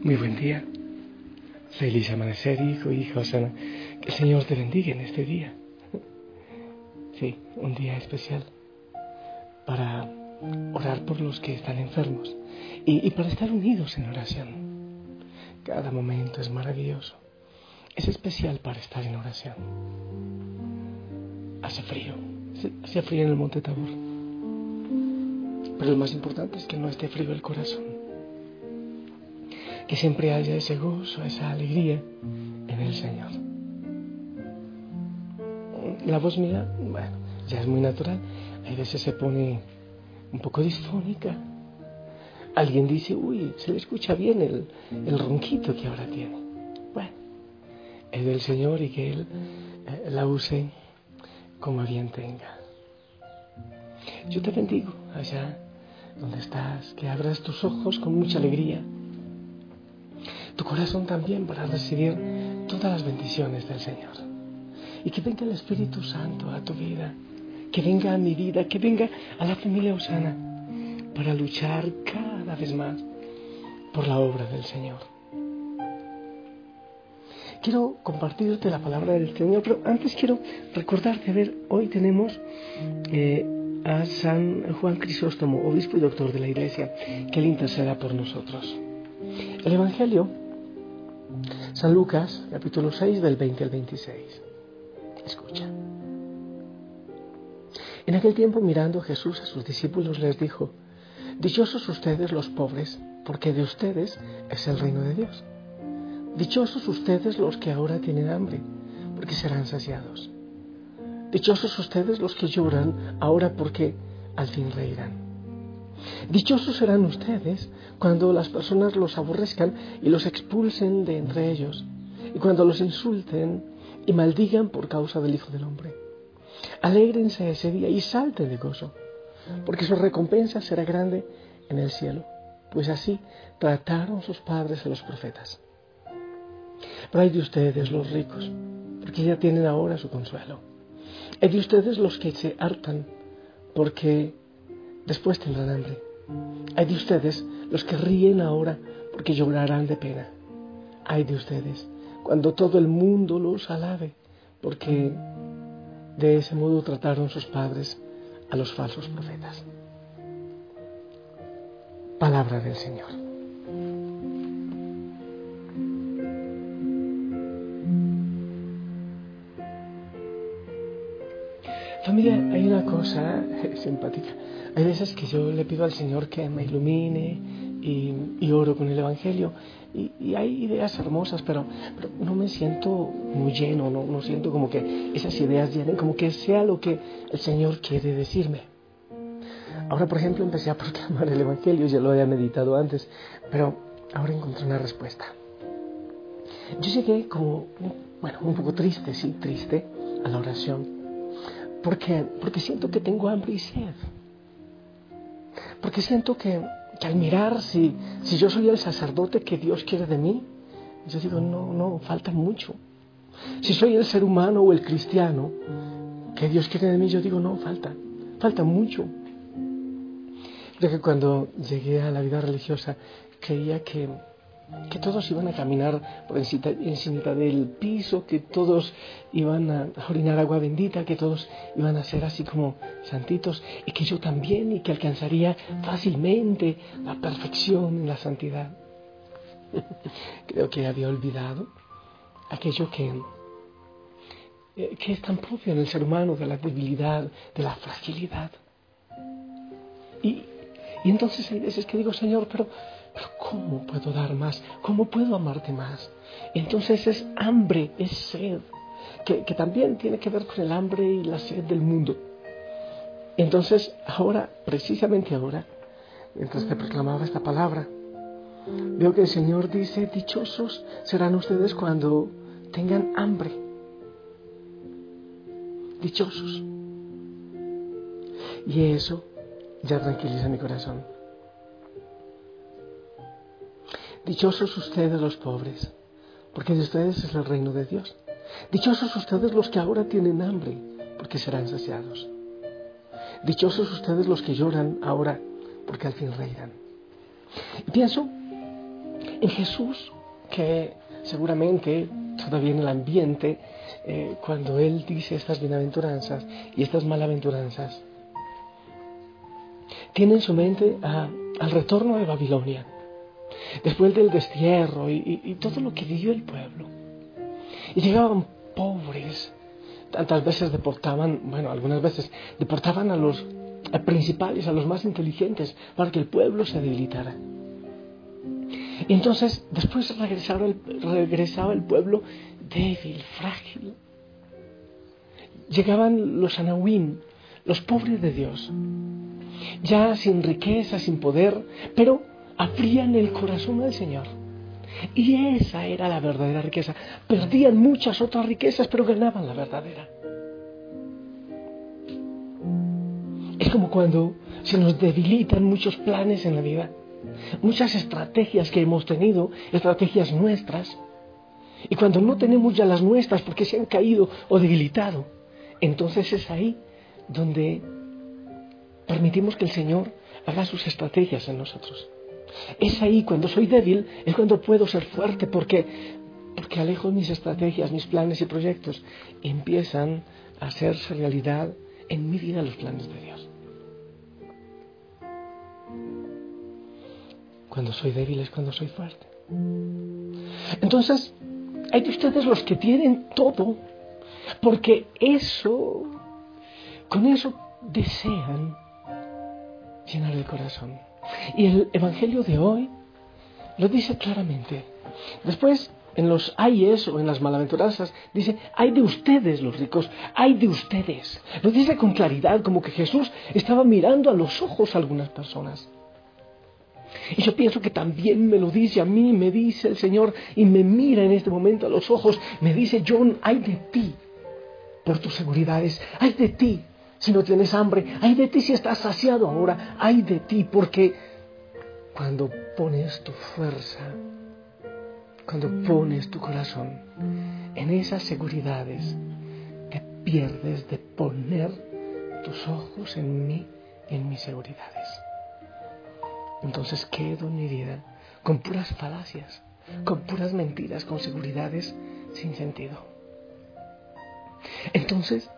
Muy buen día. Feliz amanecer, hijo, hija Osana. Que el Señor te bendiga en este día. Sí, un día especial para orar por los que están enfermos y para estar unidos en oración. Cada momento es maravilloso. Es especial para estar en oración. Hace frío. Sí, hace frío en el Monte Tabor. Pero lo más importante es que no esté frío el corazón. Que siempre haya ese gozo, esa alegría en el Señor. La voz mía, bueno, ya es muy natural. Hay veces se pone un poco disfónica. Alguien dice, uy, se le escucha bien el ronquito que ahora tiene. Bueno, es del Señor y que Él la use como bien tenga. Yo te bendigo allá donde estás, que abras tus ojos con mucha alegría. Tu corazón también para recibir todas las bendiciones del Señor. Y que venga el Espíritu Santo a tu vida, que venga a mi vida, que venga a la familia Osana para luchar cada vez más por la obra del Señor. Quiero compartirte la palabra del Señor, pero antes quiero recordarte, hoy tenemos a San Juan Crisóstomo, obispo y doctor de la Iglesia, que Él interceda por nosotros. El Evangelio, San Lucas, capítulo 6, del 20 al 26. Escucha. En aquel tiempo, mirando Jesús a sus discípulos, les dijo: Dichosos ustedes los pobres, porque de ustedes es el reino de Dios. Dichosos ustedes los que ahora tienen hambre, porque serán saciados. Dichosos ustedes los que lloran ahora, porque al fin reirán. Dichosos serán ustedes cuando las personas los aborrezcan y los expulsen de entre ellos, y cuando los insulten y maldigan por causa del Hijo del Hombre. Alégrense ese día y salten de gozo, porque su recompensa será grande en el cielo, pues así trataron sus padres a los profetas. Pero hay de ustedes los ricos, porque ya tienen ahora su consuelo. Hay de ustedes los que se hartan, porque después tendrán hambre. Hay de ustedes los que ríen ahora, porque llorarán de pena. Hay de ustedes cuando todo el mundo los alabe, porque de ese modo trataron sus padres a los falsos profetas. Palabra del Señor. Familia, hay una cosa simpática. Hay veces que yo le pido al Señor que me ilumine y oro con el Evangelio. Y hay ideas hermosas, pero no me siento muy lleno, no siento como que esas ideas llenen, como que sea lo que el Señor quiere decirme. Ahora, por ejemplo, empecé a proclamar el Evangelio, ya lo había meditado antes, pero ahora encontré una respuesta. Yo llegué como, un poco triste, triste a la oración. Porque siento que tengo hambre y sed. Porque siento que al mirar si yo soy el sacerdote que Dios quiere de mí, yo digo, no, falta mucho. Si soy el ser humano o el cristiano que Dios quiere de mí, yo digo, no, falta mucho. Creo que cuando llegué a la vida religiosa creía que todos iban a caminar por encima del piso, que todos iban a orinar agua bendita, que todos iban a ser así como santitos, y que yo también, y que alcanzaría fácilmente la perfección en la santidad. Creo que había olvidado aquello que es tan propio en el ser humano, de la debilidad, de la fragilidad. Y entonces hay veces que digo, Señor, pero ¿cómo puedo dar más? ¿Cómo puedo amarte más? Y entonces es hambre, es sed, que también tiene que ver con el hambre y la sed del mundo. Entonces precisamente ahora, mientras te proclamaba esta palabra, veo que el Señor dice, dichosos serán ustedes cuando tengan hambre. Dichosos. Y eso ya tranquiliza mi corazón. Dichosos ustedes los pobres, porque de ustedes es el reino de Dios. Dichosos ustedes los que ahora tienen hambre, porque serán saciados. Dichosos ustedes los que lloran ahora, porque al fin reirán. Y pienso En Jesús, que seguramente todavía en el ambiente, cuando Él dice estas bienaventuranzas y estas malaventuranzas, tiene en su mente al retorno de Babilonia, después del destierro y todo lo que vivió el pueblo. Y llegaban pobres, tantas veces algunas veces deportaban a los principales, a los más inteligentes, para que el pueblo se debilitara. Y entonces después regresaba el pueblo débil, frágil. Llegaban los anahuim, los pobres de Dios, ya sin riqueza, sin poder, pero abrían el corazón al Señor. Y esa era la verdadera riqueza. Perdían muchas otras riquezas, pero ganaban la verdadera. Es como cuando se nos debilitan muchos planes en la vida, muchas estrategias que hemos tenido, estrategias nuestras, y cuando no tenemos ya las nuestras porque se han caído o debilitado, entonces es ahí donde permitimos que el Señor haga sus estrategias en nosotros. Es ahí, cuando soy débil, es cuando puedo ser fuerte, porque alejo mis estrategias, mis planes y proyectos, y empiezan a hacerse realidad en mi vida los planes de Dios. Cuando soy débil es cuando soy fuerte. Entonces, hay de ustedes los que tienen todo, porque con eso desean llenar el corazón. Y el Evangelio de hoy lo dice claramente. Después, en los ayes o en las malaventuranzas, dice, ay de ustedes los ricos, ay de ustedes. Lo dice con claridad, como que Jesús estaba mirando a los ojos a algunas personas. Y yo pienso que también me lo dice a mí, me dice el Señor, y me mira en este momento a los ojos, me dice, John, ay de ti por tus seguridades, ay de ti si no tienes hambre, ay de ti si estás saciado ahora, ay de ti, porque cuando pones tu fuerza, cuando pones tu corazón en esas seguridades, te pierdes de poner tus ojos en mí, en mis seguridades. Entonces quedo en mi vida con puras falacias, con puras mentiras, con seguridades sin sentido. Entonces,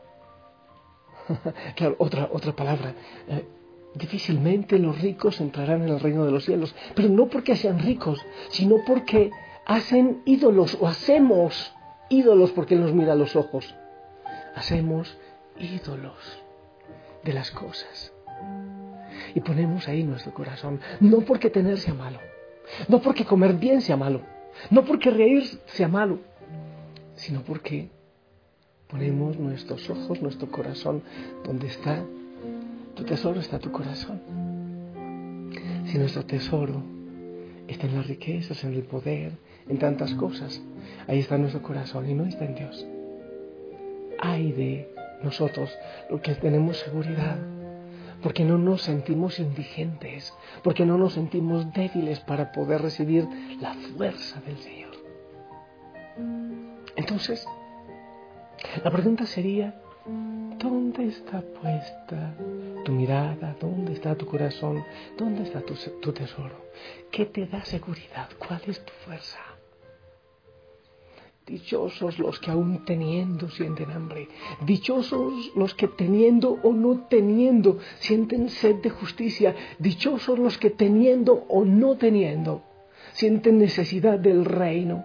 claro, otra palabra, difícilmente los ricos entrarán en el reino de los cielos, pero no porque sean ricos, sino porque hacen ídolos o hacemos ídolos, porque Él nos mira a los ojos. Hacemos ídolos de las cosas y ponemos ahí nuestro corazón, no porque tener sea malo, no porque comer bien sea malo, no porque reír sea malo, sino porque ponemos nuestros ojos, nuestro corazón, donde está tu tesoro, está tu corazón. Si nuestro tesoro está en las riquezas, en el poder, en tantas cosas, ahí está nuestro corazón y no está en Dios. Ay de nosotros, los que tenemos seguridad, porque no nos sentimos indigentes, porque no nos sentimos débiles para poder recibir la fuerza del Señor. Entonces, la pregunta sería, ¿dónde está puesta tu mirada? ¿Dónde está tu corazón? ¿Dónde está tu tesoro? ¿Qué te da seguridad? ¿Cuál es tu fuerza? Dichosos los que aún teniendo sienten hambre. Dichosos los que teniendo o no teniendo sienten sed de justicia. Dichosos los que teniendo o no teniendo sienten necesidad del reino.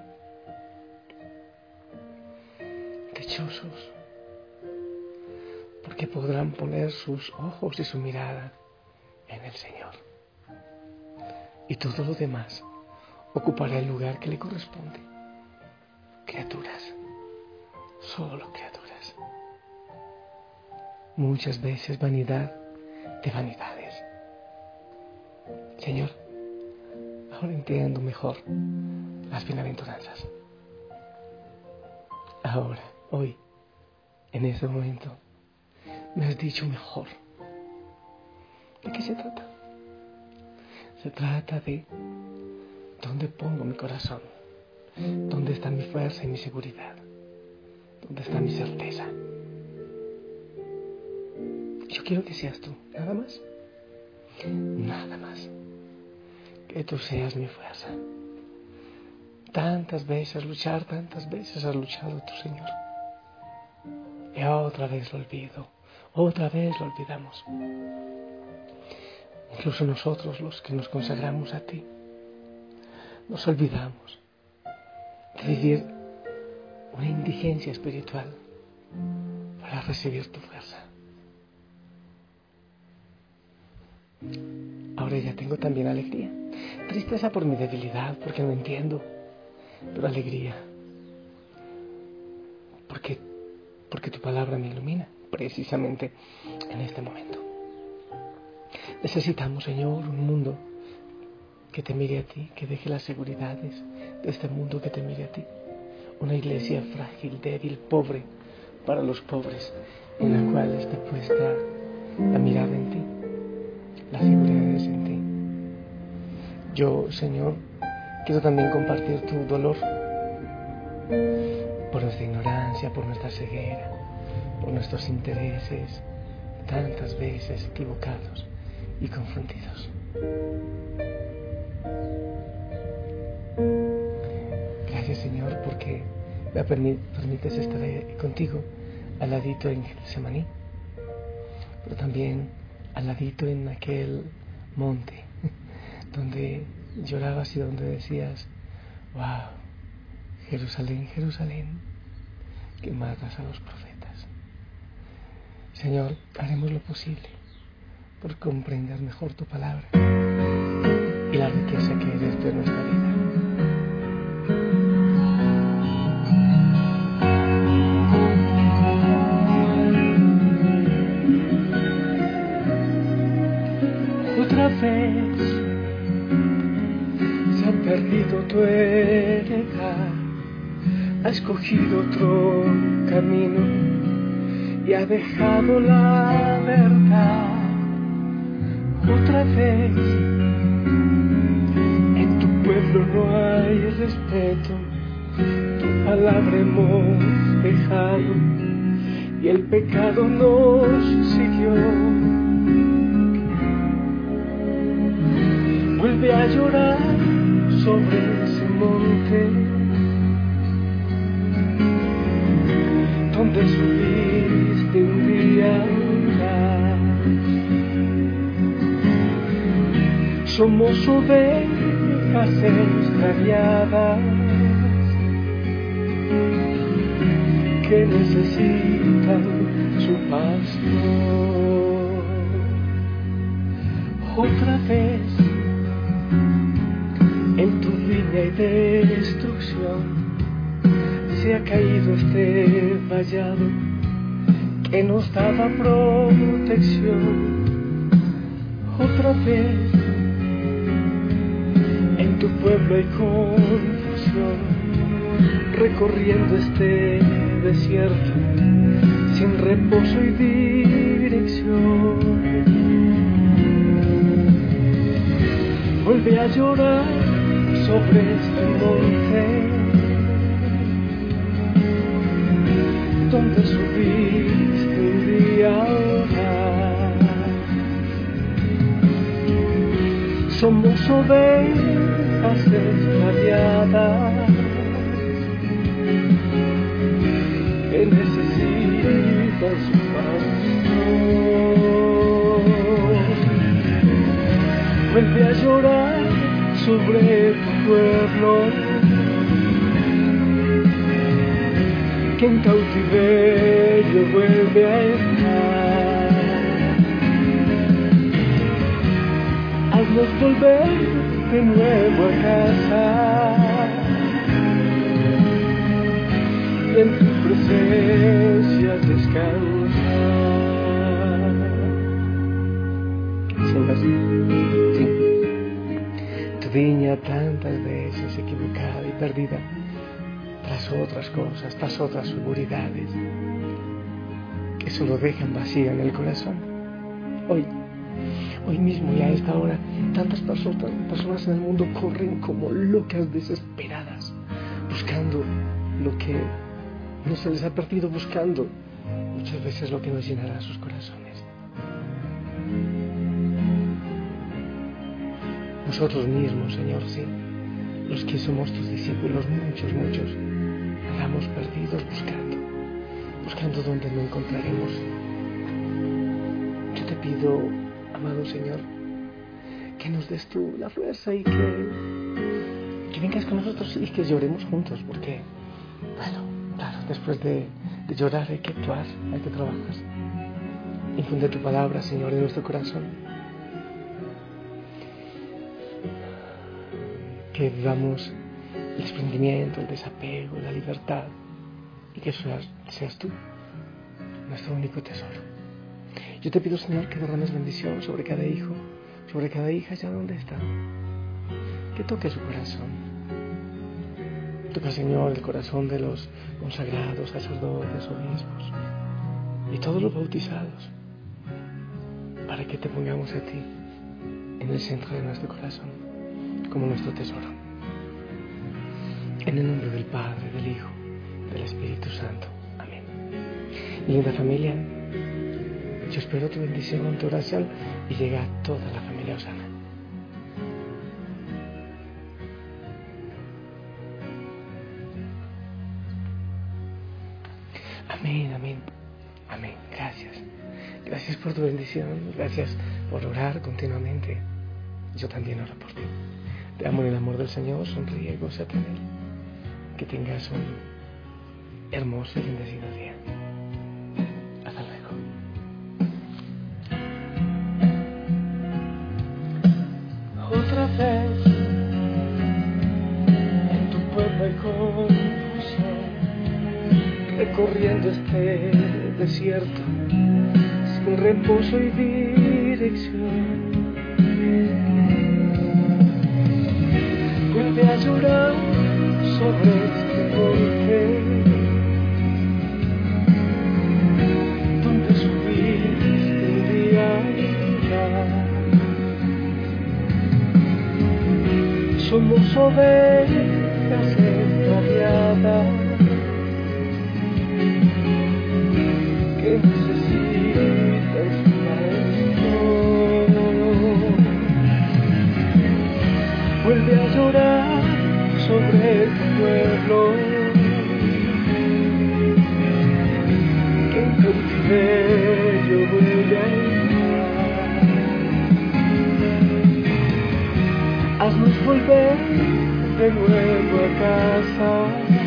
Dichosos porque podrán poner sus ojos y su mirada en el Señor. Y todo lo demás ocupará el lugar que le corresponde. Criaturas, solo criaturas. Muchas veces vanidad de vanidades. Señor, ahora entiendo mejor las bienaventuranzas. Ahora, hoy, en este momento, me has dicho mejor. ¿De qué se trata? Se trata de dónde pongo mi corazón, dónde está mi fuerza y mi seguridad, dónde está mi certeza. Yo quiero que seas tú, nada más. Nada más. Que tú seas mi fuerza, tantas veces luchar, tantas veces has luchado tú, Señor. Y otra vez lo olvido, otra vez lo olvidamos. Incluso nosotros, los que nos consagramos a ti, nos olvidamos de vivir una indigencia espiritual para recibir tu fuerza. Ahora ya tengo también alegría. Tristeza por mi debilidad, porque no entiendo, pero alegría. Porque tu palabra me ilumina, precisamente en este momento. Necesitamos, Señor, un mundo que te mire a ti, que deje las seguridades de este mundo, que te mire a ti. Una iglesia frágil, débil, pobre, para los pobres, en la cual esté puesta la mirada en ti, las seguridades en ti. Yo, Señor, quiero también compartir tu dolor por nuestra ignorancia, por nuestra ceguera, por nuestros intereses, tantas veces equivocados y confundidos. Gracias, Señor, porque me permites estar contigo al ladito en Getsemaní, pero también al ladito en aquel monte donde llorabas y donde decías: wow, Jerusalén, Jerusalén, que matas a los profetas. Señor, haremos lo posible por comprender mejor tu palabra y la riqueza que eres de nuestra vida. Otra vez se ha perdido tu heredad, ha escogido otro camino y ha dejado la verdad. Otra vez en tu pueblo no hay respeto, tu palabra hemos dejado y el pecado nos siguió. Vuelve a llorar sobre ese monte donde subiste un día a orar. Somos ovejas extraviadas que necesitan su pastor. Otra vez en tu viña hay destrucción, se ha caído este vallado que nos daba protección. Otra vez en tu pueblo hay confusión, recorriendo este desierto sin reposo y dirección. Vuelve a llorar sobre este monte donde subiste un día a orar. Somos ovejas extraviadas que necesitan su pastor. Vuelve a llorar sobre tu pueblo que en cautiverio vuelve a estar. Haznos volver de nuevo a casa y en tu presencia descansar. Señor, sí, tu viña tantas veces equivocada y perdida tras otras cosas, tras otras seguridades que solo dejan vacía en el corazón. Hoy mismo y a esta hora, tantas personas en el mundo corren como locas desesperadas, buscando lo que no se les ha perdido, buscando muchas veces lo que nos llenará sus corazones. Nosotros mismos, Señor, sí, los que somos tus discípulos, muchos, andamos perdidos buscando donde no encontraremos. Yo te pido, amado Señor, que nos des tú la fuerza y que vengas con nosotros y que lloremos juntos, porque, bueno, claro, después de llorar hay que actuar, hay que trabajar. Infunde tu palabra, Señor, en nuestro corazón. Que vivamos el desprendimiento, el desapego, la libertad, y que seas tú nuestro único tesoro. Yo te pido, Señor, que derrames bendición sobre cada hijo, sobre cada hija, allá donde está. Que toque su corazón. Toca, Señor, el corazón de los consagrados, sacerdotes, obispos y todos los bautizados, para que te pongamos a ti en el centro de nuestro corazón, como nuestro tesoro. En el nombre del Padre, del Hijo, del Espíritu Santo. Amén. Mi linda familia, yo espero tu bendición, tu oración, y llega a toda la familia Osana. Amén, amén, amén. Gracias. Gracias por tu bendición, gracias por orar continuamente. Yo también oro por ti. Te amo en el amor del Señor, sonríe, gózate en Él. Que tengas un hermoso y bendecido día. Hasta luego. Otra vez en tu pueblo hay confusión, recorriendo este desierto sin reposo y dirección. Vuelve a llorar sobre este monte donde subiste un día a orar. Somos ovejas extraviadas que necesitan su maestro. Vuelve a llorar sobre tu pueblo, que en cautiverio vuelve a entrar. Haznos volver de nuevo a casa,